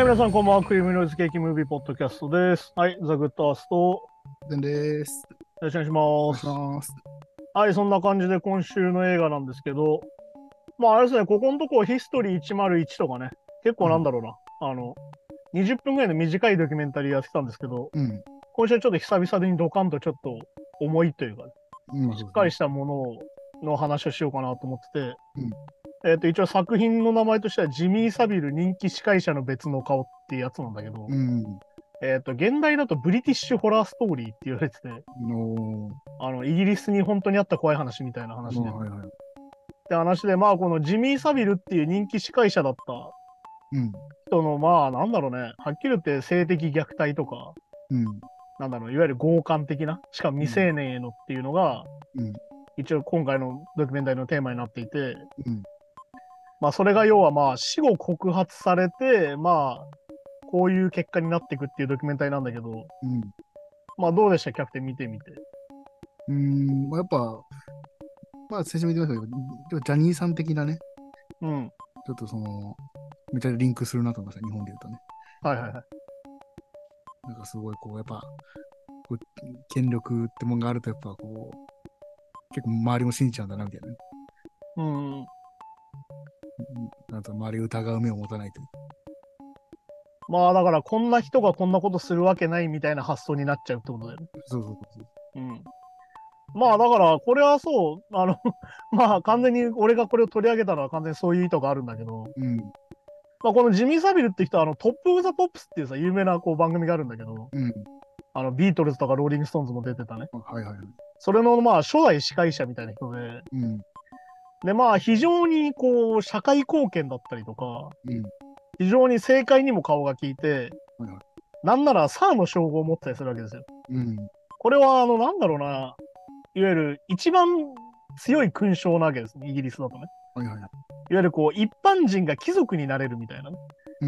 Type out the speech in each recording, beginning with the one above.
皆さん、こんばんは。クリームノイズケーキムービーポッドキャストです。はい、ザ・グッドアースト、よでんです。 ろしくお願いしまお願いしす。 ます。 はい、そんな感じで今週の映画なんですけど、まあ、あれですね、ここのとこ、ヒストリー101とかね、結構なんだろうな、20分ぐらいの短いドキュメンタリーやってたんですけど、 うん。 今週はちょっと久々にドカンとちょっと重いというか、 うん。まあしっそうですね。 かりしたものの話をしようかなと思ってうん。 て、一応作品の名前としては、ジミー・サビル人気司会者の別の顔っていうやつなんだけど、 うん。 現代だとブリティッシュホラーストーリーって言われてて、 のイギリスに本当にあった怖い話みたいな話で。っはいはい。 て話で、まあ、このジミー・サビルっていう人気司会者だったうん。 人の、まあ、なんだろうね、はっきり言って性的虐待とか、 うん。 なんだろう、いわゆる強姦的な、しかも未うん。 成年へのっていうのが、 うん。 一応今回のドキュメンタリーのテーマになっていて、 うん。 まあ、それが要はまあ、死後告発されて、まあ、こういう結果になっていくっていうドキュメンタリーなんだけど、 うん。 まあ、どうでしたキャプテン見てみて。 まあ、やっぱ、まあ、最初も言ってましたけど、ジャニーさん的なね、 うん。 ちょっとめちゃリンクするなと思いました、日本で言うとね。 はいはいはい。 なんかすごい、やっぱ、権力ってもんがあると、やっぱ結構周りも信じちゃうんだな、みたいなね。 うん。 なんと周りを疑う目を持たないという。 まあだからこんな人がこんなことするわけないみたいな発想になっちゃうってことだよね。 そうそうそう。 うん。まあだからこれはそう、まあ完全に俺がこれを取り上げたのは完全にそういう意図があるんだけど、 うん。 まあこのジミー・サビルって人はトップ・オブ・ザ・ポップスっていうさ、有名なこう番組があるんだけど、 うん。 ビートルズとかローリング・ストーンズも出てたね。 はいはいはい。 それのまあ初代司会者みたいな人で、 うん。 でまあ非常にこう社会貢献だったりとか、 うん。 非常に政界にも顔が利いて、 はいはい。 なんならサーの称号を持ってたりするわけですよ。 うん。 これはなんだろうな、いわゆる一番強い勲章なわけですね、イギリスだとね。 はいはい。 いわゆるこう、一般人が貴族になれるみたいなね。 うん。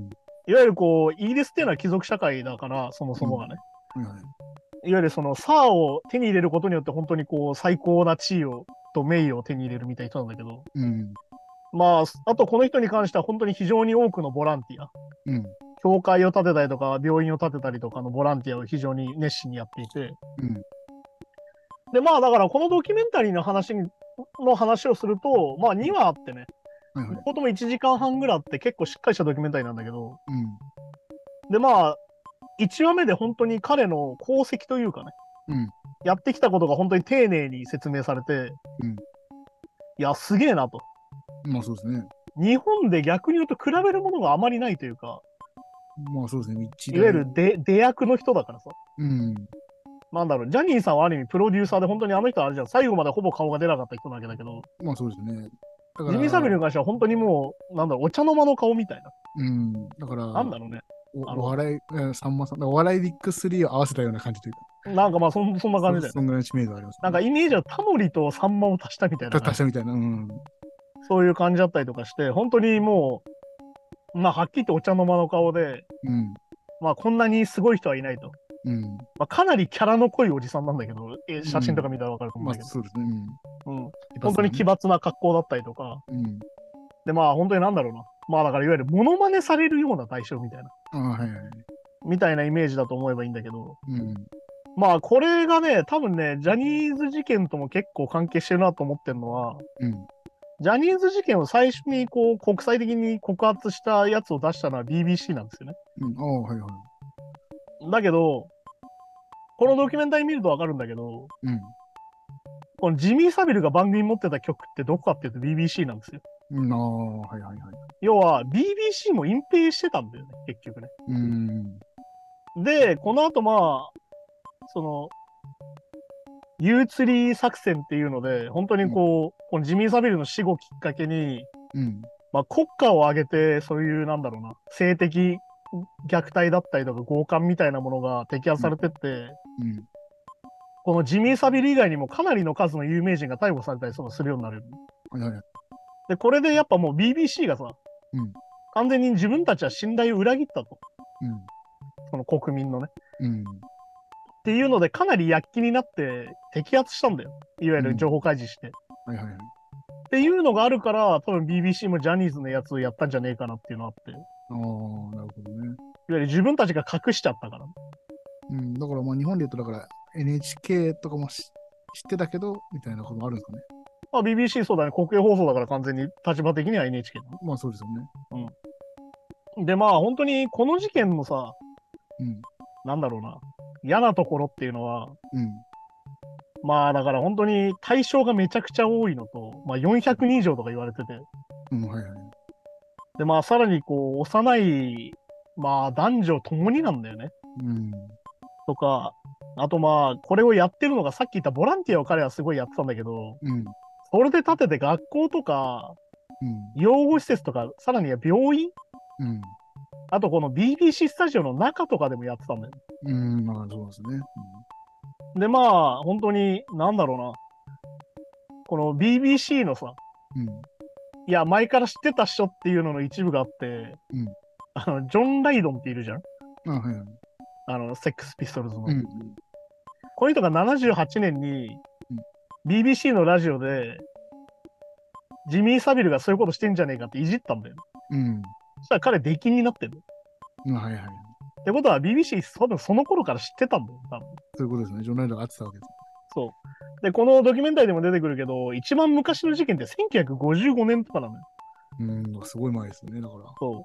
いわゆるこう、イギリスっていうのは貴族社会だから、そもそうん。 もがね。 はいはい。 いわゆるその、サーを手に入れることによって本当にこう、最高な地位を、と名誉を手に入れるみたいな人なんだけど、 うん。 まあ、あとこの人に関しては本当に非常に多くのボランティア、 うん。 教会を建てたりとか、病院を建てたりとかのボランティアを非常に熱心にやっていて、 うん。 で、まあ、だからこのドキュメンタリーの話をすると、まあ、2話あってね、 はいはい。 両方とも1時間半ぐらいあって結構しっかりしたドキュメンタリーなんだけど、 うん。 で、まあ、1話目で本当に彼の功績というかね、 うん。 やってきたことが本当に丁寧に説明されて、 うん。 いや、すげえなと。 まあそうですね。 日本で逆に言うと比べるものがあまりないというか、 まあそうですね。一いわゆ大。 る出役の人だからさ。 うん。 なんだろう、ジャニーさんはある意味プロデューサーで本当にあの人はあれじゃん、最後までほぼ顔が出なかった人なわけだけど、 まあそうですね。だかジミー・サビルにら、 関しては本当にもう、なんだろう、お茶の間の顔みたいな。 うん。だから、 なんだろうね。 お笑い、さんまさん、お笑いビッグスリーを合わせたような感じというか、 なんかまあそんな感じだよね。 そんぐらいの知名度ありますね。 なんかイメージはタモリとサンマを足したみたいな感じ。 足したみたいな。うん。 そういう感じだったりとかして、本当にもう、まあはっきりとお茶の間の顔で、 うん。 まあこんなにすごい人はいないと。 うん。 まあかなりキャラの濃いおじさんなんだけど、写真とうん。 か見たらわかると思うんまあだけど。 そうですね。うん。 うん。 奇抜なね。 本当に奇抜な格好だったりとか。 うん。 でまあ本当になんだろうな。まあだからいわゆるモノマネされるような対象みたいな。 ああ、はいはい。 みたいなイメージだと思えばいいんだけど。 うん。 まあこれがね、多分ね、ジャニーズ事件とも結構関係してるなと思ってるのは、 うん。 ジャニーズ事件を最初にこう国際的に告発したやつを出したのは BBC なんですよね。 うん。ああ、はいはい。 だけど、このドキュメンタリー見るとわかるんだけど、 うん。 このジミー・サビルが番組に持ってた曲ってどこかっていうと BBC なんですよ。 うん。ああ、はいはいはい。 要は BBC も隠蔽してたんだよね、結局ね。 うん。 で、この後まあ、その、ユーツリー作戦っていうので、本当にうん。 こう、このジミー・サビルの死後をきっかけに、 うん。 まあ、国家を挙げて、そういう、なんだろうな、性的虐待だったりとか強姦みたいなものが摘発されてって、 うん。 このジミー・サビル以外にもかなりの数の有名人が逮捕されたりするようになる。 はいはいはい。 で、これでやっぱもう BBC がさ、 うん。 完全に自分たちは信頼を裏切ったと。 うん。 その国民のね。 うん。 っていうので、かなり躍起になって摘発したんだよ。いわゆうん。 る情報開示して。っはいはいはい。 ていうのがあるから、多分 BBC もジャニーズのやつをやったんじゃねえかなっていうのがあって。 ああ、なるほどゆる自分たちが隠しちゃったから。 うん。だからまあ日本で言うと、だから NHK とかも知ってたけど、みたいなこともあるんですかね。 まあ BBC そうだね、国営放送だから完全に立場的には NHK だね。 まあそうですよね。 で、まあ本当にこの事件のさ、 うん。 なんだろうな、嫌なところっていうのは、 うん。 まあだから本当に対象がめちゃくちゃ多いのと、まあ400人以上とか言われてて、 うん、はいはい。 でまあさらにこう、幼い、まあ男女ともになんだよね。 うん。 とか、あとまあ、これをやってるのがさっき言ったボランティアを彼はすごいやってたんだけど、 うん。 それで立てて学校とか、 うん。 養護施設とか、さらには病院、 うん。 あとこの BBC スタジオの中とかでもやってたんだよ。 うん。まあそうですね。 でまあ、本当に、なんだろうな、この BBC のさ、 うん。 いや、前から知ってたっしょっていうのの一部があって、 うん。 ジョン・ライドンっているじゃん、 あ、はいはい。 セックスピストルズの。 うん。 この人が78年に BBC のラジオで、ジミー・サビルがそういうことしてんじゃねえかっていじったんだよ。 うん。 そしたら彼、出禁になってる。 あ、はいはい。 ってことは BBC 多分その頃から知ってたんだよ、多分。 そういうことですね。ジョン・ライダーが会ってたわけです。 そう。で、このドキュメンタリーでも出てくるけど、一番昔の事件って1955年とかなのよ。 うん。すごい前ですよね。だから。 そう。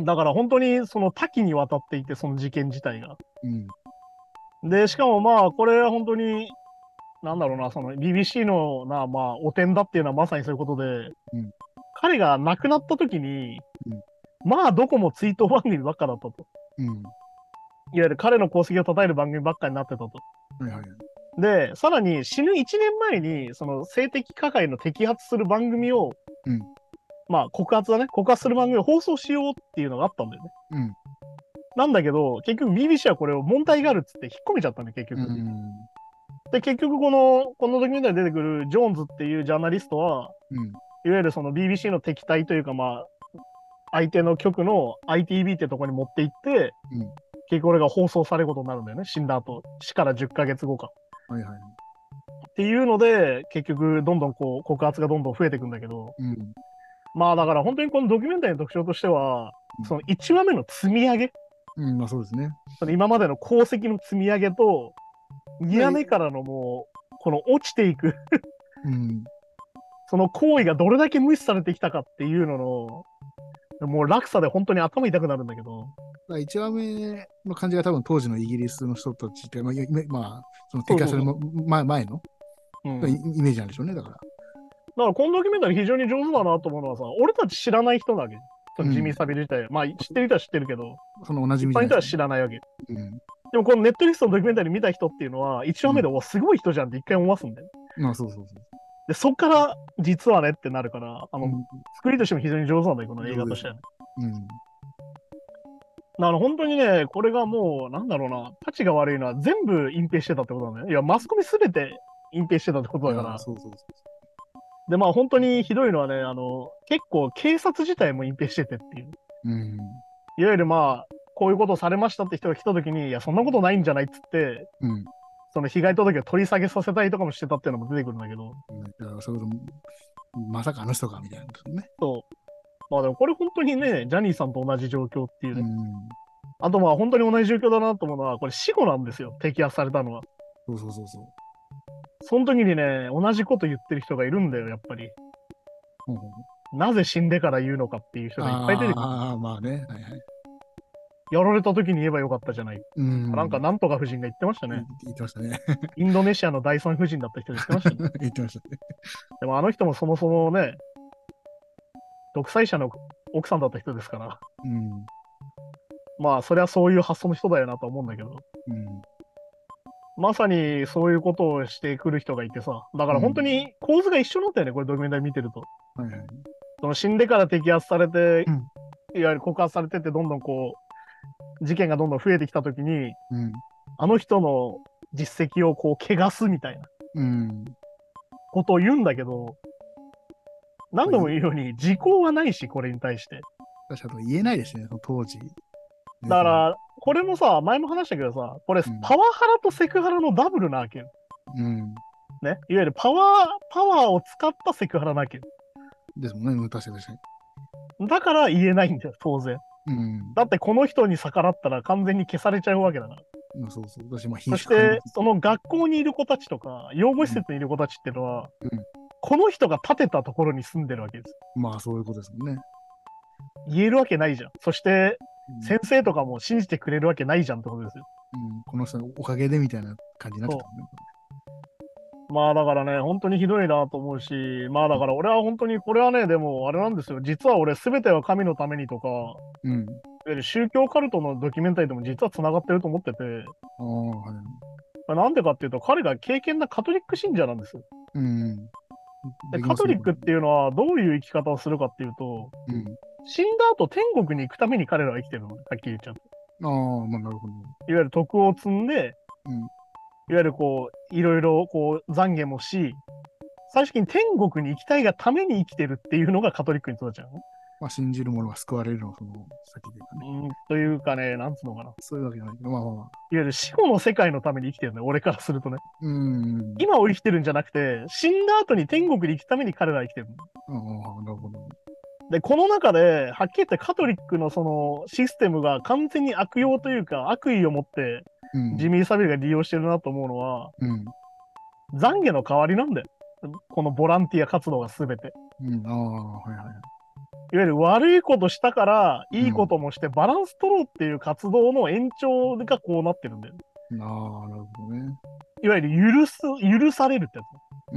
だから本当にその多岐にわたっていて、その事件自体が。 うん。 で、しかもまあ、これは本当に、なんだろうな、その BBC のまあ、汚点だっていうのはまさにそういうことで、 うん。 彼が亡くなった時に、 うん。 まあ、どこも追悼番組ばっかだったと。 うん。 いわゆる彼の功績を称える番組ばっかになってたと。 はいはい。 で、さらに死ぬ1年前に、その性的加害の摘発する番組を、 うん。 まあ告発だね、告発する番組を放送しようっていうのがあったんだよね。 うん。 なんだけど、結局 BBC はこれを問題があるっつって引っ込めちゃったんだよ、結う局。 ん。 で、結局このドキュメンタリーに出てくるジョーンズっていうジャーナリストは、 うん。 いわゆるその BBC の敵対というか、まあ、相手の局の ITV ってとこに持って行って、 うん。 結局これが放送されることになるんだよね、死んだ後。死から10ヶ月後か。 はいはい。 っていうので、結局、どんどんこう、告発がどんどん増えていくんだけど、 うん。 まあだから本当にこのドキュメンタリーの特徴としては、その1話目の積み上げ、 うん。まあそうですね。 その今までの功績の積み上げと、2話目からのもう、この落ちていく、 うん。 その行為がどれだけ無視されてきたかっていうのの、もう落差で本当に頭痛くなるんだけど、 1話目の感じが多分当時のイギリスの人たちって、まあ、そのそうそうそう。 摘発される前のうん。 イメージなんでしょうね、だから。 だからこのドキュメンタリー非常に上手だなと思うのはさ、俺たち知らない人なわけ。そのジミー・サビル自体。まあ知ってる人は知ってるけど、 そのおなじ一般の人はみじゃないですか。 知らないわけ。 うん。 でもこのネットリストのドキュメンタリー見た人っていうのは、1話目で、 うん、 お、すごい人じゃんって一回思わすんだよ。 まあそうそうそう。 で、そっから実はねってなるから、 うん、 作りとしても非常に上手なんだよ、この映上手ですね。 画としてはね。 うん。 本当にね、これがもう、なんだろうな、タチが悪いのは全部隠蔽してたってことなんだよね。いや、マスコミすべて隠蔽してたってこといやー、 だから。 そうそうそで、まあ本当にひどいのはね、結構警察自体も隠蔽しててっていう。 う。うん。 いわゆるまあ、こういうことをされましたって人が来た時に、いや、そんなことないんじゃないっつって、 うん。 その被害届を取り下げさせたりとかもしてたっていうのも出てくるんだけど、 だからそれこそ、まさかあの人かみたいなことね。 そう。まあでもこれ本当にね、ジャニーさんと同じ状況っていうね。 うん。 あとまあ本当に同じ状況だなと思うのは、これ死後なんですよ、摘発されたのは。 そうそうそうそう。 その時にね、同じこと言ってる人がいるんだよ、やっぱり。 ほうほう。 なぜ死んでから言うのかっていう人がいっぱい出てくる。 ああ、まあね。はいはい。 やられた時に言えばよかったじゃない。 うん。 なんとか夫人が言ってましたね。 言ってましたね。 インドネシアの第三夫人だった人が言ってましたね。 言ってましたね。 でもあの人もそもそもね、独裁者の奥さんだった人ですから、 うん。 まあそれはそういう発想の人だよなと思うんだけど、 うん。 まさにそういうことをしてくる人がいてさ、だから本当うん。 に構図が一緒なんだよね、これドキュメンタリー見てると。 はいはい。 その死んでから摘発されて、 うん。 いわゆる告発されてってどんどんこう、事件がどんどん増えてきたときに、 うん。 あの人の実績をこう、汚すみたいなうん。 ことを言うんだけど、何度も言うように、時効はないし、これに対して。 確かに言えないですね、その当時。ね、その、 だから、これもさ、前も話したけどさ、これ、 うん。 パワハラとセクハラのダブルなわけよ。 うん。 ね。いわゆるパワーを使ったセクハラなわけよ。 ですもんね、確かに確かに。 だから言えないんだよ、当然。 うん。 だってこの人に逆らったら完全に消されちゃうわけだから。 まあ、そうそう。私、まあ、 そ品種変えまして、 す。 その学校にいる子たちとか、養護施うん。 設にいる子たちっていうのは、 うん。 この人が建てたところに住んでるわけです。 まあ、そういうことですもんね。 言えるわけないじゃん。そして、 うん。 先生とかも信じてくれるわけないじゃんってことですよ。 うん、この人のおかげでみたいな感じになっちゃったそもんね。 う。まあだからね、本当にひどいなと思うし、まあだから俺は本当にこれはね、でもあれなんですよ。実は俺、すべては神のためにとか、いわうん。 ゆる宗教カルトのドキュメンタリーでも実は繋がってると思ってて、 ああ、はい。 なんでかっていうと、彼が敬虔なカトリック信者なんですよ。 うん。 で、 できますね、これ。 カトリックっていうのはどういう生き方をするかっていうと、 うん。 死んだ後天国に行くために彼らは生きてるのね、はっきり言っちゃうと。 ああ、まあ、なるほど。 いわゆる徳を積んで、 うん。 いわゆるこう、いろいろこう、懺悔もし、最終的に天国に行きたいがために生きてるっていうのがカトリックに育っちゃうの。 まあ、信じる者が救われるの、その先でかね。 というかね、なんつうのかな。いわそういうわけじゃないけど、まあまあまあ。 ゆる死後の世界のために生きてるのよ、俺からするとね。 うん。 今を生きてるんじゃなくて、死んだ後に天国に行くために彼らは生きてるの。 ああ、なるほど。 で、この中で、はっきり言ってカトリックのそのシステムが完全に悪用というか、悪意を持ってうん。 ジミー・サビルが利用してるなと思うのは、 うん。 懺悔の代わりなんだよ。このボランティア活動が全て。 うん。ああ、はいはい。 いわゆる悪いことしたからいいこうん。 ともしてバランス取ろうっていう活動の延長がこうなってるんだよ。 ああ、なるほどね。 いわゆる許されるってやうん。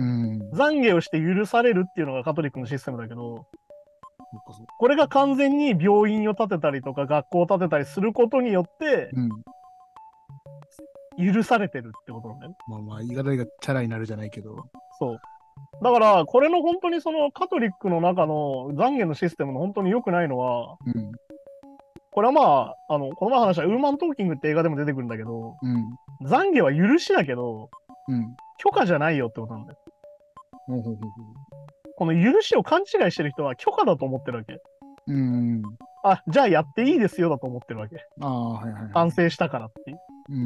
つ。懺悔をして許されるっていうのがカトリックのシステムだけど、 そっかそっか。 これが完全に病院を建てたりとか学校を建てたりすることによってうん。 許されてるってことなんだよね。 まあまあ、言い方がチャラになるじゃないけど。 そう。だから、これの本当にそのカトリックの中の懺悔のシステムの本当に良くないのは、 うん。 これはまあ、この前話したウーマントーキングって映画でも出てくるんだけど、 うん。 懺悔は許しだけど、 うん。 許可じゃないよってことなんだよ。 ほうほうほうほこの許しを勘違いしてる人は許可だと思ってるわけ。 う。うん。 あ、じゃあやっていいですよだと思ってるわけ。 ああ、はいはいはい。 反省したからっていう。っうん。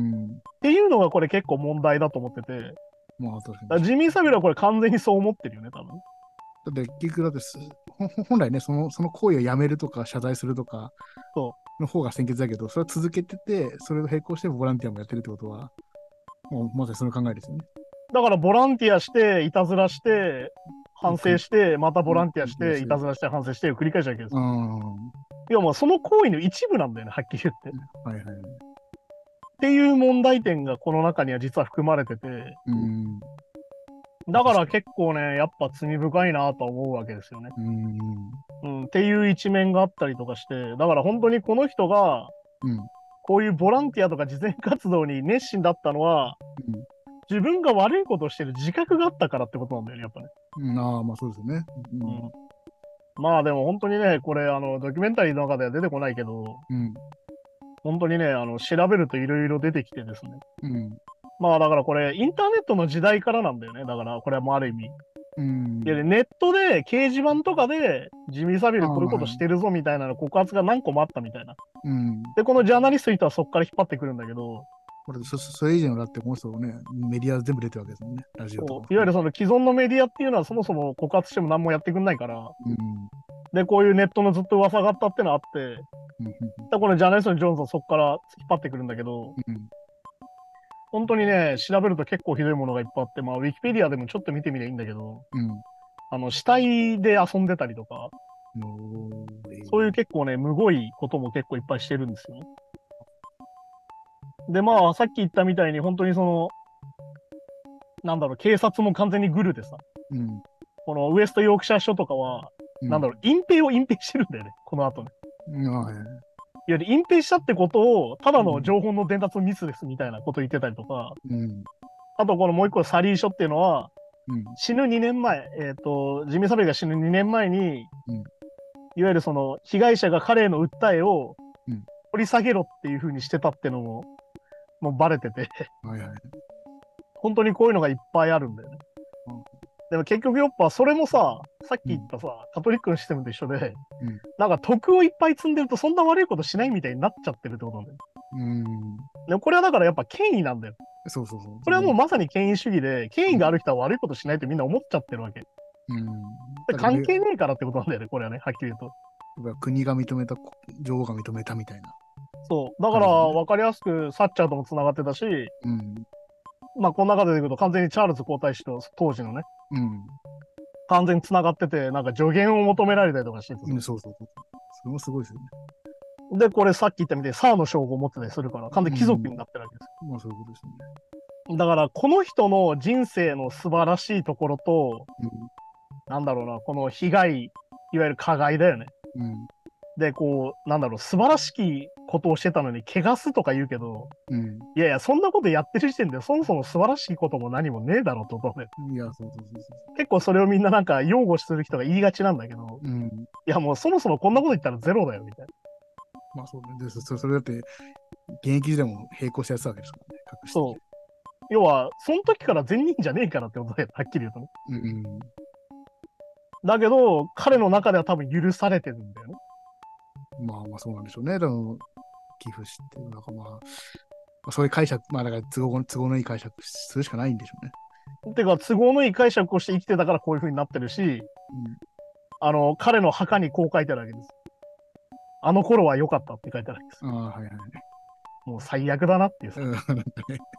ていうのがこれ結構問題だと思ってて、だかまあ、確かに。 らジミー・サビルはこれ完全にそう思ってるよね、多分。 だって、結局、だって本来ね、その行為をやめるとか、謝罪するとかその方が先決だけど、それは続けてて、それを並行してボランティアもやってるってことは、もうまさにその考えですよね。 う。だからボランティアして、いたずらして、反省して、またボランティアして、いたずらして、反省してを繰り返しちゃうわけですうよ。 ん。 いや、もうその行為の一部なんだよね、はっきり言って。っはいはい。 ていう問題点がこの中には実は含まれてて、 うん。 だから結構ね、やっぱ罪深いなと思うわけですよね。 うん。 うん、っていう一面があったりとかして、だから本当にこの人が、 うん。 こういうボランティアとか慈善活動に熱心だったのは、 うん自分が悪いことをしてる自覚があったからってことなんだよね、やっぱね。 うん。ああ、まあそうですよね。うん。 うん。まあでも本当にね、これ、ドキュメンタリーの中では出てこないけど、 うん。 本当にね、調べるといろいろ出てきてですね。 うん。 まあだからこれ、インターネットの時代からなんだよね。だからこれはもうある意味。 うん。 いやネットで掲示板とかでジミー・サビああ、 ルこういうことはい。 してるぞみたいなの告発が何個もあったみたいな。 うん。 で、このジャーナリストの人はそこから引っ張ってくるんだけど、 これ、それ以前のだってこの人ね、メディア全部出てるわけですもんね。ラジオとかも含め。 いわゆるその既存のメディアっていうのはそもそも告発しても何もやってくんないから、 うん。 で、こういうネットのずっと噂があったってのはあって、 うん。 でこのジャーナリストのジョーンズはそこから引っ張ってくるんだけど、 うん。 本当にね、調べると結構ひどいものがいっぱいあって、まあ、ウィキペディアでもちょっと見てみりゃいいんだけど、 うん。 死体で遊んでたりとか、 のそういう結構ね、むごいことも結構いっぱいしてるんですよね。で、まあ、さっき言ったみたいに、本当にその、なんだろう、警察も完全にグルでさ、 うん。 このウエストヨークシャー署とかは、 うん。 なんだろう、隠蔽を隠蔽してるんだよね、この後ね。 うん。はい。 いや、隠蔽したってことを、ただのうん。 情報の伝達のミスですみたいなこと言ってたりとか、 うん。 あとこのもう一個サリー署っていうのは、 うん。 死ぬ2年前、ジミー・サベルが死ぬ2年前に、 うん。 いわゆるその被害者が彼への訴えをうん。 掘り下げろっていう風にしてたってのも、もうバレてて、 はいはい。 本当にこういうのがいっぱいあるんだよね。でも結局やっぱそれもさ、さっきうん。 言ったさ、カトリックのシステムと一緒で、 うん。 なんか徳をいっぱい積んでるとそんな悪いことしないみたいになっちゃってるってことなんだよ。 うん。 でもこれはだからやっぱ権威なんだよ。 そうそうそう。 これはもうまさに権威主義で、権威がある人は悪いことしないってみんな思っちゃってるわけ。 うん。 でだから関係ねえからってことなんだよね、これはね、はっきり言うと。 国が認めた、女王が認めたみたいな。 そう。だから、わかりやすくサッチャーとも繋がってたし、 うん。 まあ、この中で言うと完全にチャールズ皇太子と当時のね、 うん。 完全に繋がってて、なんか助言を求められたりとかしててさ、 うん、そうそうそう。それもすごいですよね。 で、これさっき言ったみたいにサーの称号を持ってたりするから、完全に貴族になってるわけです。 まあそういうことですよね。 だから、この人の人生の素晴らしいところと、なんだろうな、この被害、いわゆる加害だよね。 うん。 で、こう、なんだろう、素晴らしきことをしてたのに、汚すとか言うけど、 うん。 いやいや、そんなことやってる時点で、そもそも素晴らしいことも何もねえだろうと思うね。 いや、そうそうそうそ結構それをみんななんか擁護する人が言いがちなんだけど、 う。うん。 いやもうそもそもこんなこと言ったらゼロだよ、みたいな。 まあそうね。で、それだって、現役時代も並行してやってたわけですからね。隠して。 そう。要は、その時から善人じゃねえからってことで、はっきり言うとね。 うんうん。 だけど、彼の中では多分許されてるんだよね。 まあまあそうなんでしょうね。でも、寄付して、なんかまあ、そういう解釈、まあだから都合のいい解釈するしかないんでしょうね。 てか、都合のいい解釈をして生きてたからこういう風になってるし、彼の墓にこう書いてあるわけです。あの頃は良かったって書いてあるわけです。 うん。ああ、はいはい。 もう最悪だなっていうさ。 うん、なんかね。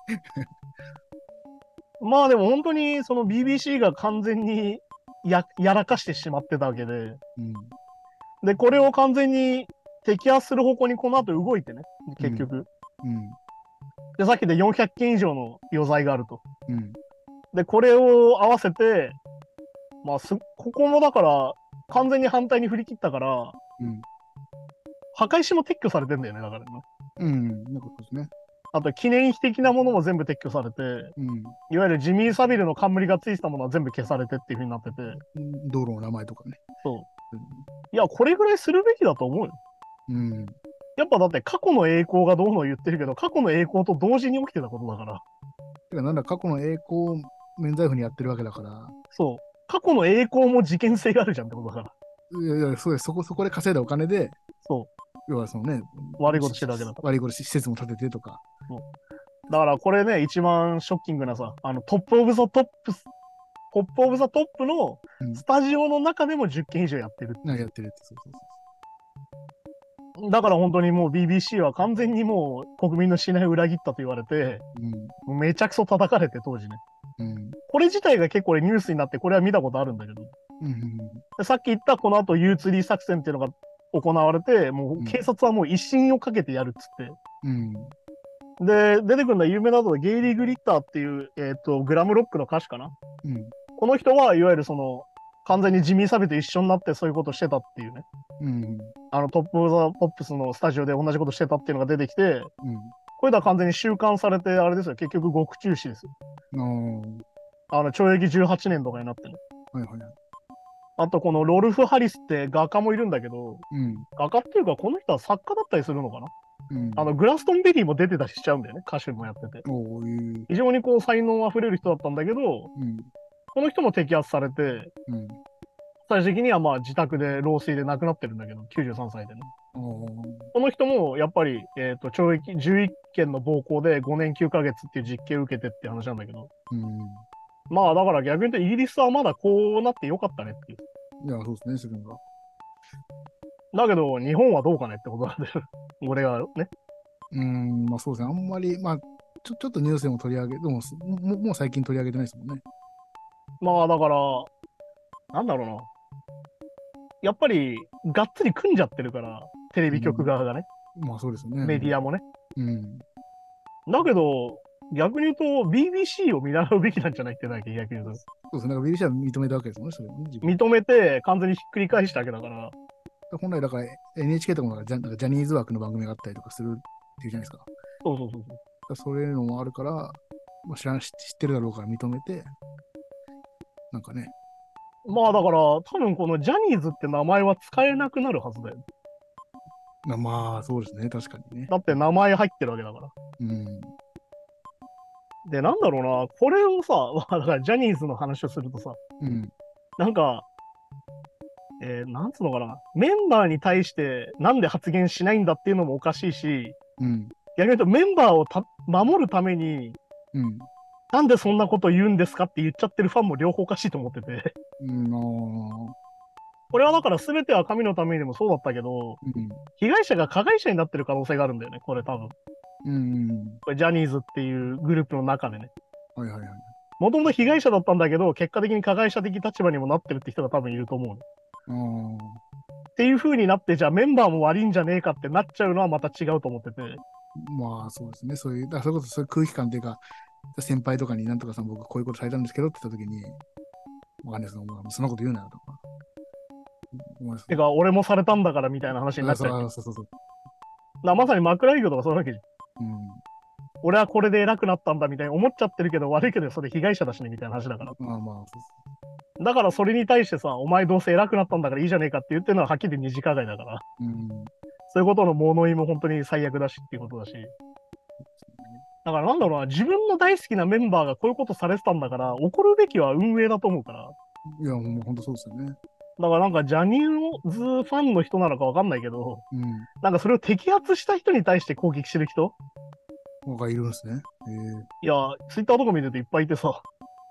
まあでも本当にその BBC が完全にやらかしてしまってたわけで、 うん。 で、これを完全に摘発する方向にこの後動いてね、結局。 うん。 で、さっきで400件以上の余罪があると。 うん。 で、これを合わせて、まあここもだから、完全に反対に振り切ったから、 うん。 墓石も撤去されてんだよね、だからね。 うん。なんかそうですね。 あと、記念碑的なものも全部撤去されて、 うん。 いわゆるジミー・サビルの冠がついてたものは全部消されてっていう風になってて、 道路の名前とかね。 そう。いや、これぐらいするべきだと思うよ。 うん。 やっぱだって過去の栄光がどうの言ってるけど、過去の栄光と同時に起きてたことだから。 てか、なんだ、過去の栄光を免罪符にやってるわけだから、 そう。過去の栄光も事件性があるじゃんってことだから。 いやいや、そうです。そこで稼いだお金で、 そ要はそのね、 う。悪いことしてるわけだから。 悪いことし施設も建ててとか。 そう。だからこれね、一番ショッキングなさ、トップオブザトップ、トップオブザトップのうん。 スタジオの中でも10件以上やってる。 なんかやってるって、そうそうだから本当にもう BBC は完全にもう国民の信頼を裏切ったと言われて、 そう。 もうめちゃくそ叩かれて当時ね。 うん。うん。 これ自体が結構ニュースになって、これは見たことあるんだけど、 うん。 でさっき言ったこの後 U3 作戦っていうのが行われて、もう警察はもう一審をかけてやるっつって。 うん。 で、出てくるのは有名なので、ゲイリー・グリッターっていう、グラムロックの歌手かな。 うん。 この人はいわゆるその、完全にジミー・サビと一緒になってそういうことしてたっていうね。 うん。 トップ・オブ・ザ・ポップスのスタジオで同じことしてたっていうのが出てきて、 うん。 これでは完全に収監されて、あれですよ、結局獄中死ですよ。懲役18年とかになってる。 はいはいはい。 あと、このロルフ・ハリスって画家もいるんだけど、 うん。 画家っていうか、この人は作家だったりするのかな。 うん。 グラストンベリーも出てたりしちゃうんだよね、歌手もやってて。 おー、 非常にこう、才能あふれる人だったんだけど、 うん。 この人も摘発されて、 うん。 最終的にはまあ自宅で老衰で亡くなってるんだけど、93歳でね。 おー、 この人もやっぱり、懲役11件の暴行で5年9ヶ月っていう実刑を受けてって話なんだけど、 うん。 まあだから逆に言うとイギリスはまだこうなってよかったねっていう。 いや、そうですね、自分が。 だけど日本はどうかねってことなんだよ。俺がね。 まあそうですね。あんまり、まあ、ちょっとニュースでも取り上げ、でも、もう最近取り上げてないですもんね。 まあだから、なんだろうな。やっぱりがっつり組んじゃってるから、テレビ局側がね、 まあそうですよね。 メディアもね。 うん。 だけど、逆に言うと BBC を見習うべきなんじゃないってだけ逆に言うと。 そうですね。なんか BBC は認めたわけですもんね、それをね、自分。 認めて完全にひっくり返したわけだから。 本来、だから NHK とかもなんかジャニーズ枠の番組があったりとかするっていうじゃないですか。 そうそうそうそう。 そういうのもあるから、まあ、知ってるだろうから認めて、なんかね。 まあだから、多分このジャニーズって名前は使えなくなるはずだよ。 まあ、そうですね。確かにね。 だって名前入ってるわけだから。 うん。 で、なんだろうな、これをさ、まあだからジャニーズの話をするとさ、 うん。 なんか、なんつうのかな、メンバーに対してなんで発言しないんだっていうのもおかしいし、 うん。 逆に言うとメンバーを守るために、 うん。 なんでそんなこと言うんですかって言っちゃってるファンも両方おかしいと思ってて。 うん。 これはだから全ては神のためにでもそうだったけど、被害者が加害者になってる可能性があるんだよね、これ多分。 うん。 これジャニーズっていうグループの中でね。 はいはいはい。 もともと被害者だったんだけど、結果的に加害者的立場にもなってるって人が多分いると思うね。 ああ。 っていう風になって、じゃあメンバーも悪いんじゃねえかってなっちゃうのはまた違うと思ってて。 まあそうですね。そういう、だからそれこそそういう空気感っていうか、先輩とかになんとかさん僕こういうことされたんですけどって言った時に、わかんないですけど、そんなこと言うなよとか。思いますね。 てか、俺もされたんだからみたいな話になっちゃうけど。 そうそうそう。 まさに枕営業とかそういうわけじゃん。 うん。 俺はこれで偉くなったんだみたいに思っちゃってるけど、悪いけどそれ被害者だしねみたいな話だから。 まあまあ、そうだからそれに対してさ、お前どうせ偉くなったんだからいいじゃねえかって言ってるのははっきり二次加害だから。 うん。 そういうことの物言いも本当に最悪だしっていうことだし。だからなんだろうな、自分の大好きなメンバーがこういうことされてたんだから、怒るべきは運営だと思うから。 いや、もう本当そうですよね。 だからなんかジャニーズファンの人なのかわかんないけど、 うん。 なんかそれを摘発した人に対して攻撃してる人がいるんですね。 いや、ツイッターとか見てるといっぱいいてさ、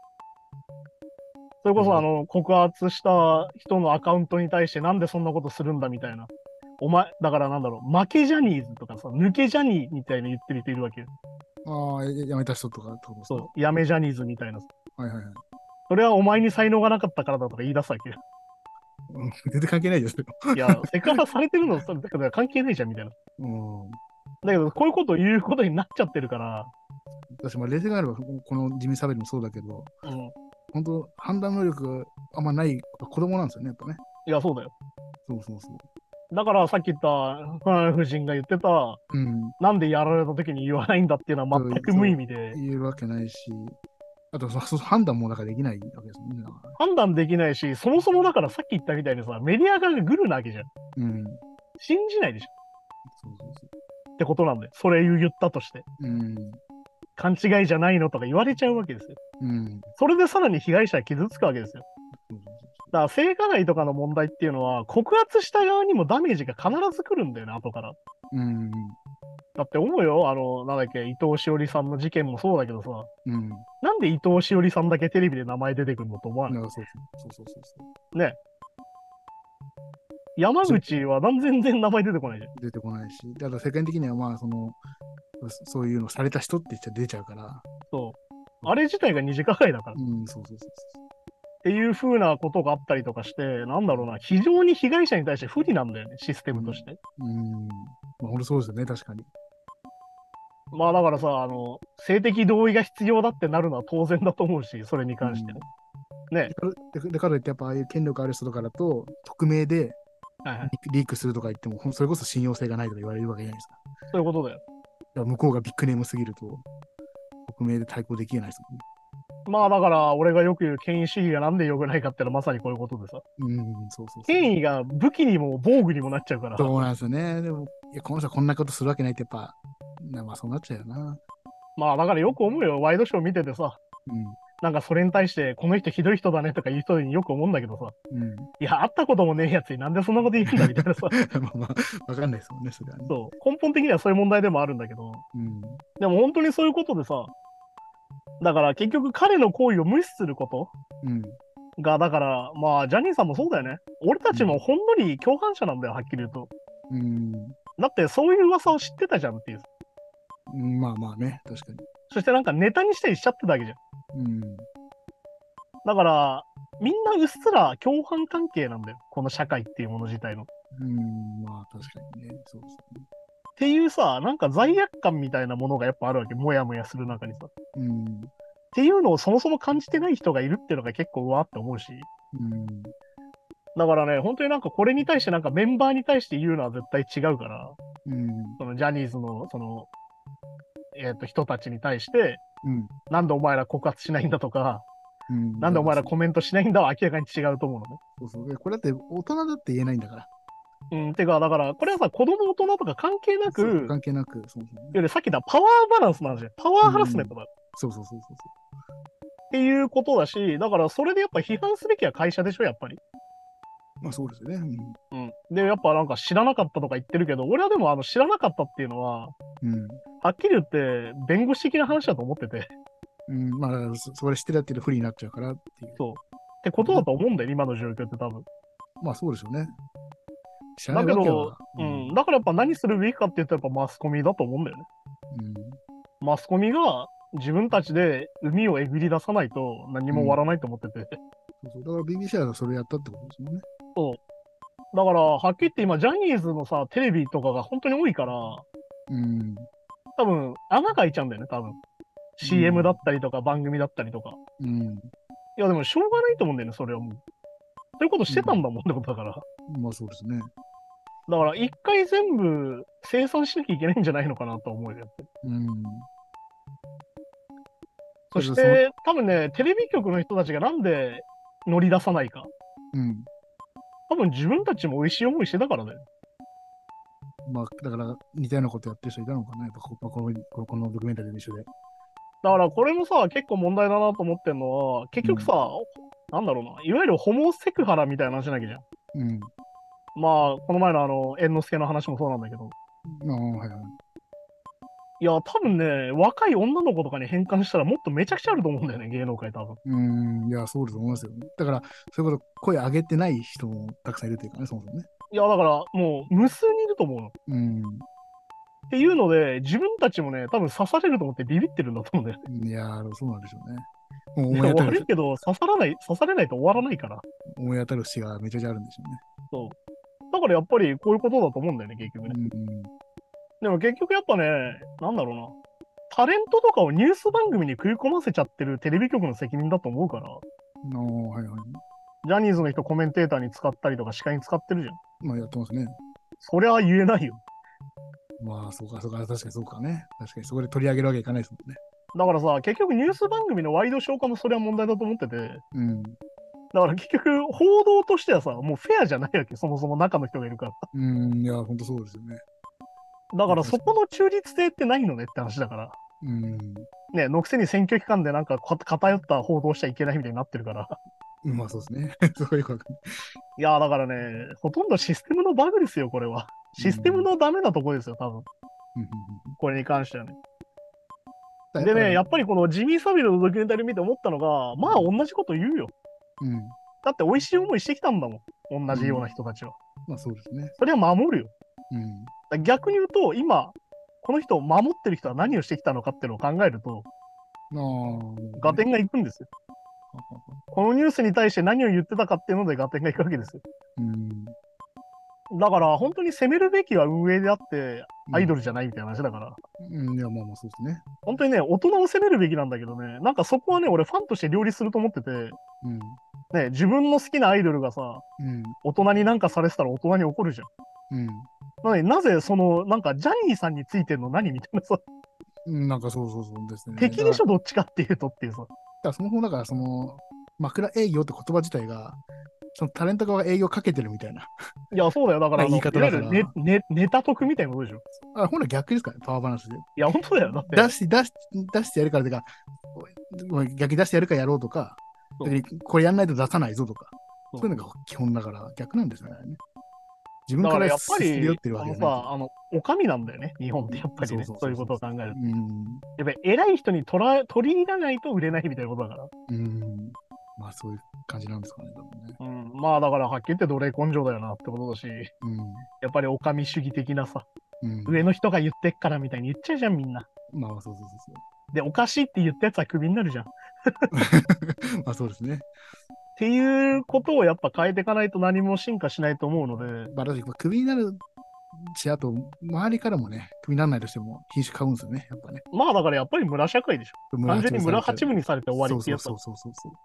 それこそ告発した人のアカウントに対してなんでそんなことするんだみたいな。お前、だからなんだろう、負けジャニーズとかさ、抜けジャニーみたいな言ってる人いるわけよ。 ああ、やめた人とかってことですか？ そう、やめジャニーズみたいな。 はいはいはい。 それはお前に才能がなかったからだとか言い出すわけよ。 全然関係ないですよ。 いや、セクハラされてるの、それだから関係ないじゃんみたいな。 うん。 だけど、こういうことを言うことになっちゃってるから、 私、まあ冷静があれば、この地味差別もそうだけど、 うん。 本当、判断能力があんまない子供なんですよね、やっぱね。 いや、そうだよ。 そうそうそう。 だからさっき言った、夫人が言ってた、 うん。 なんでやられた時に言わないんだっていうのは全く無意味で、 言えるわけないし、あと判断もなんかできないわけですもんね。 判断できないし、そもそもだからさっき言ったみたいにさ、メディア側がグルなわけじゃん。 うん。 信じないでしょそうそうそってことなんだよ。それ言ったとして。 う。うん。 勘違いじゃないのとか言われちゃうわけですよ。 うん。 それでさらに被害者は傷つくわけですよ。 そうそうだから性加害とかの問題っていうのは、告発した側にもダメージが必ず来るんだよね、後から。 うん。 だって思うよ、なんだっけ、伊藤詩織さんの事件もそうだけどさ、 うん。 なんで伊藤詩織さんだけテレビで名前出てくるのと思わないそうそうそうそうそう。 ね。山口は全然名前出てこないじゃん。 出てこないし、だから世間的にはまあ、そういうのされた人って言っちゃ出ちゃうから。 そう。あれ自体が二次加害だから。っうん、そうそうそうていう風なことがあったりとかして、なんだろうな、非常に被害者に対して不利なんだよね、システムとして。 うん。まあ、本当そうですよね、確かに。 まあだからさ、性的同意が必要だってなるのは当然だと思うし、それに関してね。ね。 でからといってやっぱああいう権力ある人とかだと、匿名ではいはい。 リークするとか言っても、それこそ信用性がないとか言われるわけじゃないですか。 そういうことだよ。 だから向こうがビッグネームすぎると、匿名で対抗できないですもんね。 まあだから、俺がよく言う権威主義がなんで良くないかってのはまさにこういうことでさ。 うん、そうそうそう。 権威が武器にも防具にもなっちゃうから。 そうなんですよね。でも、いや、この人こんなことするわけないってやっぱ、まあそうなっちゃうよな。 まあだからよく思うよ。ワイドショー見ててさ。 うん。 なんかそれに対して、この人ひどい人だねとか言う人によく思うんだけどさ。 うん。 いや、会ったこともねえやつになんでそんなこと言うんだみたいなさ。 まあまあ、わかんないですもんね、それはね。 そう。根本的にはそういう問題でもあるんだけど。 うん。 でも本当にそういうことでさ。だから結局彼の行為を無視することうん。 が、だから、まあ、ジャニーさんもそうだよね。俺たちもほんのり共犯者なんだよ、はっきり言うと。 うん。 だってそういう噂を知ってたじゃんっていう。 うん、まあまあね、確かに。 そしてなんかネタにしたりしちゃってただけじゃん。 うん。 だから、みんなうっすら共犯関係なんだよ。この社会っていうもの自体の。っうん、まあ確かにね、そうですね。 ていうさ、なんか罪悪感みたいなものがやっぱあるわけ。もやもやする中にさ。っうん。 ていうのをそもそも感じてない人がいるっていうのが結構うわーって思うし。 うん。 だからね、本当になんかこれに対してなんかメンバーに対して言うのは絶対違うから、 うん。 そのジャニーズのその、人たちに対して、 うん。 なんでお前ら告発しないんだとか、 うん。 なんでお前らコメントしないんだは明らかに違うと思うのね。 そうそう。これだって大人だって言えないんだから。 うん、てか、だから、これはさ、子供大人とか関係なく、 そういわ関係なく、そうそう。 ゆるさっき言ったパワーバランスなんじゃん。パワーハラスメントだ。っそうそうそうそうそていうことだし、だからそれでやっぱ批判すべきは会社でしょ、やっぱり。 う。まあそうですよね。 うん。で、やっぱなんか知らなかったとか言ってるけど、俺はでも知らなかったっていうのは、 うん。 はっきり言って弁護士的な話だと思ってて、 うん。まあ、それ知ってたっていうと不利になっちゃうからっていう。 そう。ってことだと思うんだよ、今の状況って多分。 まあそうでしょうね。知らなだけど、 いわけは。 だからやっぱ何するべきかって言ったらやっぱマスコミだと思うんだよね。 うん。 マスコミが自分たちで海をえぐり出さないと何も終わらないと思ってて。 そうそう。だから BBC はそれやったってことですもんね。 そう。だから、はっきり言って今、ジャニーズのさ、テレビとかが本当に多いから、 うん。 多分、穴が開いちゃうんだよね、多分。CM だったりとか、番組だったりとか。 うん。 いや、でも、しょうがないと思うんだよね、それはもう。そういうことしてたんだもんってことだから。 まあそうですね。 だから、一回全部生産しなきゃいけないんじゃないのかなと思うよ、やっぱり。 うん。 そだけどその、 して、多分ね、テレビ局の人たちがなんで乗り出さないか。 うん。 多分自分たちも美味しい思いしてたからだよ。 まあだから似たようなことやってる人いたのかな。やっぱこのドキュメンタリーと一緒で。 だからこれもさ、結構問題だなと思ってんのは、結局さ、なんだろうな、いわゆるホモセクハラみたいな話しなきゃじゃん。 うん。 まあ、この前の猿之助の話もそうなんだけど。 ああ、はいはい。 いや、多分ね、若い女の子とかに変換したらもっとめちゃくちゃあると思うんだよね、芸能界多分。 いや、そうだと思いますよ。だから、そういうこと、声上げてない人もたくさんいるというかね、そもそもね。 いや、だからもう無数にいると思うの。っうん。 ていうので、自分たちもね、多分刺されると思ってビビってるんだと思うんだよね。 いやー、そうなんでしょうね。もういや、悪いけど、刺されないと終わらないから。 思い当たる節がめちゃくちゃあるんでしょうね。 そう。だからやっぱりこういうことだと思うんだよね、結局ね。 うん。 でも結局やっぱね、なんだろうな。タレントとかをニュース番組に食い込ませちゃってるテレビ局の責任だと思うから、 はいはい。 ジャニーズの人コメンテーターに使ったりとか司会に使ってるじゃん。 まあやってますね。 そりゃ言えないよ。 まあ、そうか、そうか、確かにそうかね。確かにそこで取り上げるわけいかないですもんね。 だからさ、結局ニュース番組のワイドショー化もそれは問題だと思ってて、 うん。 だから結局報道としてはさ、もうフェアじゃないわけ、そもそも中の人がいるから。 いや、ほんとそうですよね。 だからそこ確かに。 の中立性ってないのねって話だから。 うん。 ね、のくせに選挙期間でなんか偏った報道しちゃいけないみたいになってるから。 まあそうですね。そういうことかんない。 いやだからね、ほとんどシステムのバグですよ、これは。システムのダメなとこですよ、多分。 うん。 これに関してはね。 やっぱだから、 でね、やっぱりこのジミー・サビルのドキュメンタリー見て思ったのが、まあ同じこと言うよ。 うん。 だって美味しい思いしてきたんだもん。同じようなうん。 人たちは。 まあそうですね。 それは守るよ。 うん。 逆に言うと、今、この人を守ってる人は何をしてきたのかっていうのを考えると、 ああ、ね。 合点がいくんですよ。このニュースに対して何を言ってたかっていうので合点がいくわけですよ。 うん。 だから本当に責めるべきは運営であって、アイドうん。 ルじゃないみたいな話だから、 うん。いや、まあまあそうですね。 本当にね、大人を責めるべきなんだけどね、なんかそこはね、俺ファンとして両立すると思ってて、 うん。 ね、自分の好きなアイドルがさ、 うん。 大人になんかされてたら大人に怒るじゃん。 うん。 なのになぜその、なんかジャニーさんについてんの何みたいなさ、 なんかそうそうそうですね。 敵でしょ、どっちかっていうとっていうさ。 そもそもだからその、枕営業って言葉自体が、そのタレント側が営業かけてるみたいな、 いや、そうだよ。だから言い方だから、 いわゆるネタ得みたいなことでしょ。 本来逆ですからね、パワーバランスで。 いや、本当だよ。だって、 出してやるからというか、逆に出してやるからやろうとか、 そう逆にこれやんないと出さないぞとか、 そうそういうのが基本だから逆なんですよね。自分からだからやっぱすり寄っり、 てるわあのさ、 けじゃないという。 お上なんだよね。日本ってやっぱりね。 そうそうそういうことそうそう。 を考えると。 うん。 やっぱり偉い人に取り入らないと売れないみたいなことだから。 うん。まあそういう感じなんですかね、多分ね。 うん。まあだからはっきり言って奴隷根性だよなってことだし、 うん。 やっぱりお上主義的なさ、 うん。 上の人が言ってっからみたいに言っちゃうじゃん、みんな。 まあそうそうそうそう。 で、おかしいって言ったやつはクビになるじゃん。っまあそうですね。 ていうことをやっぱ変えていかないと何も進化しないと思うので、 まあ、確かにクビになるし、あと、周りからもね、クビにならないとしても品種買うんですよね、やっぱね。 まあだからやっぱり村社会でしょ。単純に村八分にされて終わりってやつだ。 そうそうそうそう。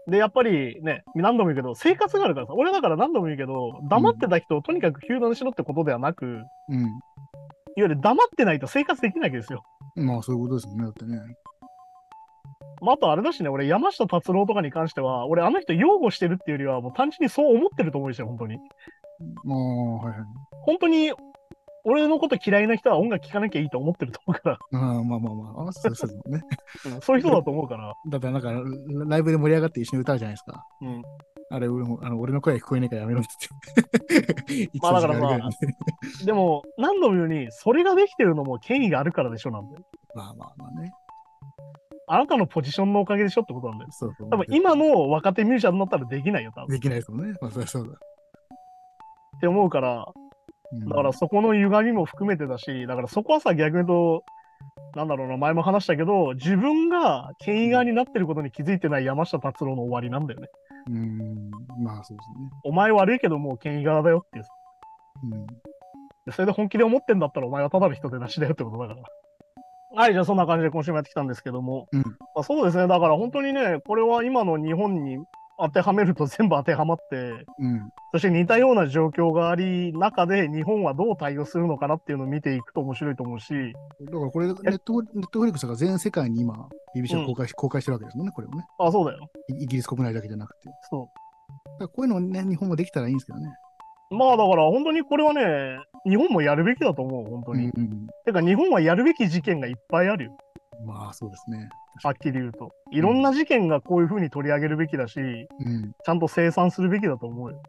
で、やっぱりね、何度も言うけど、生活があるからさ、俺だから何度も言うけど、黙ってた人をとにかく糾弾しろってことではなく、いわうん。 ゆる黙ってないと生活できないわけですよ。 まあそういうことですよね、だってね。 まあ、あとあれだしね、俺山下達郎とかに関しては、俺あの人擁護してるっていうよりは、もう単純にそう思ってると思うしよ、本当に。 まあ、はいはい。 本当に、俺のこと嫌いな人は音楽聴かなきゃいいと思ってると思うから、 まあまあまあ、そうですもんね。 うん、そういう人だと思うから、 だってなんか、ライブで盛り上がって一緒に歌うじゃないですか。 うん。 あれ、俺の声が聞こえないからやめろって言ってまあただからさ、 時があるぐらいなんで。 でも何度も言うように、それができてるのも権威があるからでしょなんだよ。 まあまあまあね。 あなたのポジションのおかげでしょってことなんだよ。 そうそう。 多分今の若手ミュージシャンになったらできないよ、多分。 できないですもんね。まあ、そりゃそうだ。 って思うから、だからそこの歪みも含めてだし、だからそこはさ、逆に言うと、なんだろうな、前も話したけど、自分が権威側になってることに気づいてない山下達郎の終わりなんだよね。 まあそうですね。 お前悪いけどもう権威側だよっていう。それで本気で思ってんだったらお前はただの人でなしだよってことだから。はい、じゃあそんな感じで今週もやってきたんですけども。まあ、そうですね。だから本当にね、これは今の日本に当てはめると全部当てはまって、そして似たような状況があり、中で日本はどう対応するのかなっていうのを見ていくと面白いと思うし。 だからこれ、ネットフリックスが全世界に今、BBC が公開してるわけですもんね、これをね。 あ、そうだよ。 イギリス国内だけじゃなくて。 そう。 だからこういうのね、日本もできたらいいんですけどね。 まあだから本当にこれはね、日本もやるべきだと思う、本当に。てか日本はやるべき事件がいっぱいあるよ。 まあそうですね。 はっきり言うと。いろんな事件がこういうふうに取り上げるべきだし、ちゃんと清算するべきだと思うよ。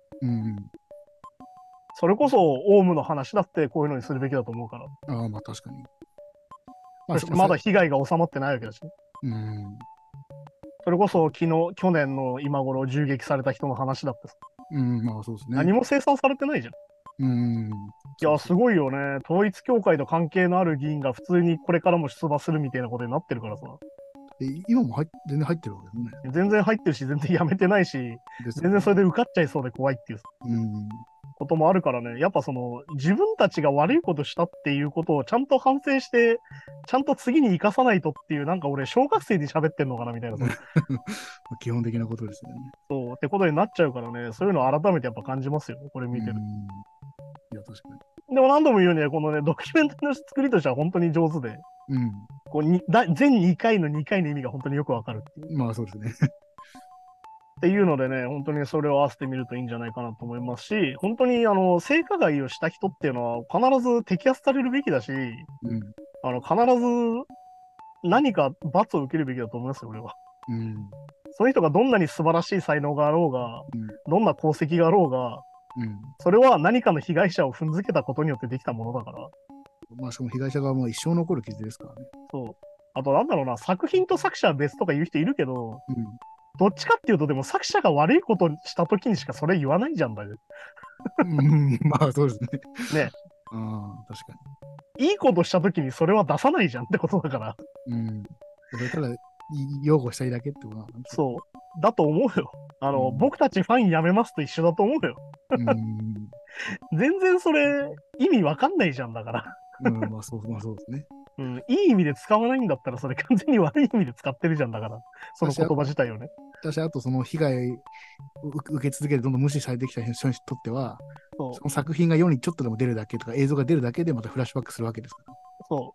それこそオウムの話だってこういうのにするべきだと思うから。 ああ、まあ確かに。 そしてまだ被害が収まってないわけだし。それこそ去年の今頃銃撃された人の話だってさ。 まあそうですね。 何も清算されてないじゃん。いや、すごいよね。統一教会と関係のある議員が普通にこれからも出馬するみたいなことになってるからさ。 今も全然入ってるわけですね。 全然入ってるし、全然やめてないし、全然それで受かっちゃいそうで怖いっていうこともあるからね。やっぱその自分たちが悪いことしたっていうことをちゃんと反省して、ちゃんと次に生かさないとっていう、なんか俺小学生に喋ってんのかなみたいな。 基本的なことですよね。 そうってことになっちゃうからね、そういうのを改めてやっぱ感じますよね、これ見てる。 いや、確かに。でも何度も言うね、このね、ドキュメンタリーの作りとしては本当に上手で、こう全2回の2回の意味が本当によくわかるっていう。 まあそうですね。 っていうのでね、本当にそれを合わせてみるといいんじゃないかなと思いますし、本当に性加害をした人っていうのは必ず摘発されるべきだし、必ず何か罰を受けるべきだと思いますよ、俺は。その人がどんなに素晴らしい才能があろうが、どんな功績があろうが、それは何かの被害者を踏んづけたことによってできたものだから。 まあしかも被害者側も一生残る傷ですからね。 そう。あとなんだろうな、作品と作者は別とか言う人いるけど、どっちかっていうと、でも作者が悪いことしたときにしかそれ言わないじゃんだよ。 まあそうですね。 ね。 確かに。いいことしたときにそれは出さないじゃんってことだから。 それただ、擁護したいだけってことなんですそう。だと思うよ。僕たちファンやめますと一緒だと思うよ。全然それ意味わかんないじゃんだから。 まあそうですね。 いい意味で使わないんだったらそれ完全に悪い意味で使ってるじゃんだから。その言葉自体をね。 私、あとその被害を受け続けてどんどん無視されてきた人にとっては、その作品が世にちょっとでも出るだけとか映像が出るだけでまたフラッシュバックするわけですから。 そう。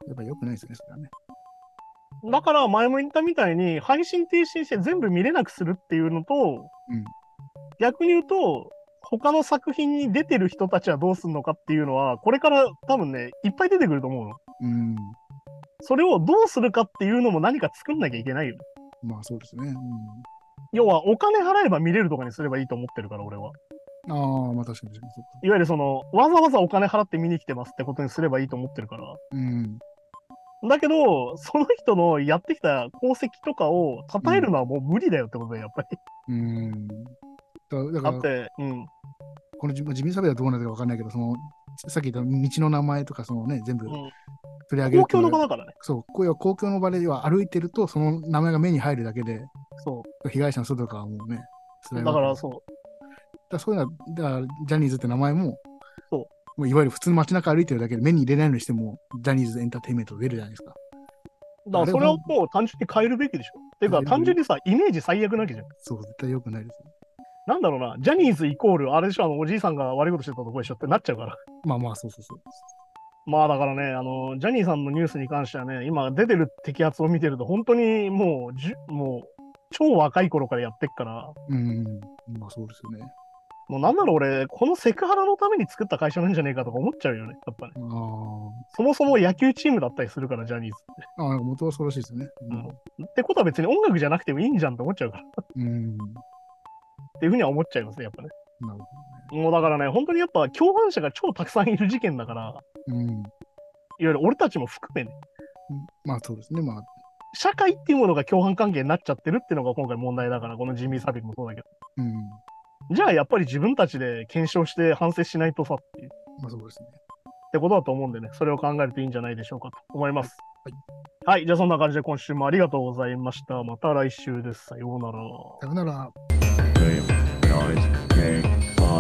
やっぱり良くないですよね、それはね。 だから前も言ったみたいに配信停止して全部見れなくするっていうのと、逆に言うと他の作品に出てる人たちはどうするのかっていうのはこれから多分ねいっぱい出てくると思うの。それをどうするかっていうのも何か作んなきゃいけないよね。 まあそうですね。 要はお金払えば見れるとかにすればいいと思ってるから俺は。 まあ確かに。 いわゆるそのわざわざお金払って見に来てますってことにすればいいと思ってるから。だけど、その人のやってきた功績とかを称えるのはもう無理だよってことだよ、やっぱり。 だから、 だって、 この自民差別はどうなるか分かんないけど、さっき言った道の名前とか、全部取り上げる。 公共の場だからね。 そう、こういう公共の場では歩いてると、その名前が目に入るだけで、被害者の人とかはもうね、 辛いわけだからそう。 そういうのは、だからジャニーズって名前も、もういわゆる普通の街中歩いてるだけで目に入れないのにしても、ジャニーズエンターテインメント出るじゃないですか。 だからそれをもう単純に変えるべきでしょ。っていうか、単純にさ、イメージ最悪なわけじゃん。 そう、絶対良くないです。 なんだろうな、ジャニーズイコール、あれでしょ、おじいさんが悪いことしてたとこでしょってなっちゃうから。 まあ、そう。 まあだからね、ジャニーさんのニュースに関してはね、今出てる摘発を見てると、本当にもう超若い頃からやってっから。 まあそうですよね。 もうなんだろう俺、このセクハラのために作った会社なんじゃねえかとか思っちゃうよね、やっぱね。そもそも野球チームだったりするから、ジャニーズって。 元はそうらしいですよね。 ってことは別に音楽じゃなくてもいいんじゃんって思っちゃうから。っていうふうには思っちゃいますね、やっぱね。 なるほどね。もうだからね、本当にやっぱ共犯者が超たくさんいる事件だから、いわゆる俺たちも含めね。 まあそうですね、まあ。 社会っていうものが共犯関係になっちゃってるっていうのが今回問題だから、このジミー・サビルもそうだけど。じゃあやっぱり自分たちで検証して反省しないとさっていう。 まあそうですね。 ってことだと思うんでね、それを考えるといいんじゃないでしょうかと思います。 はい。 はい、じゃあそんな感じで今週もありがとうございました。また来週です。さようなら。 さよなら。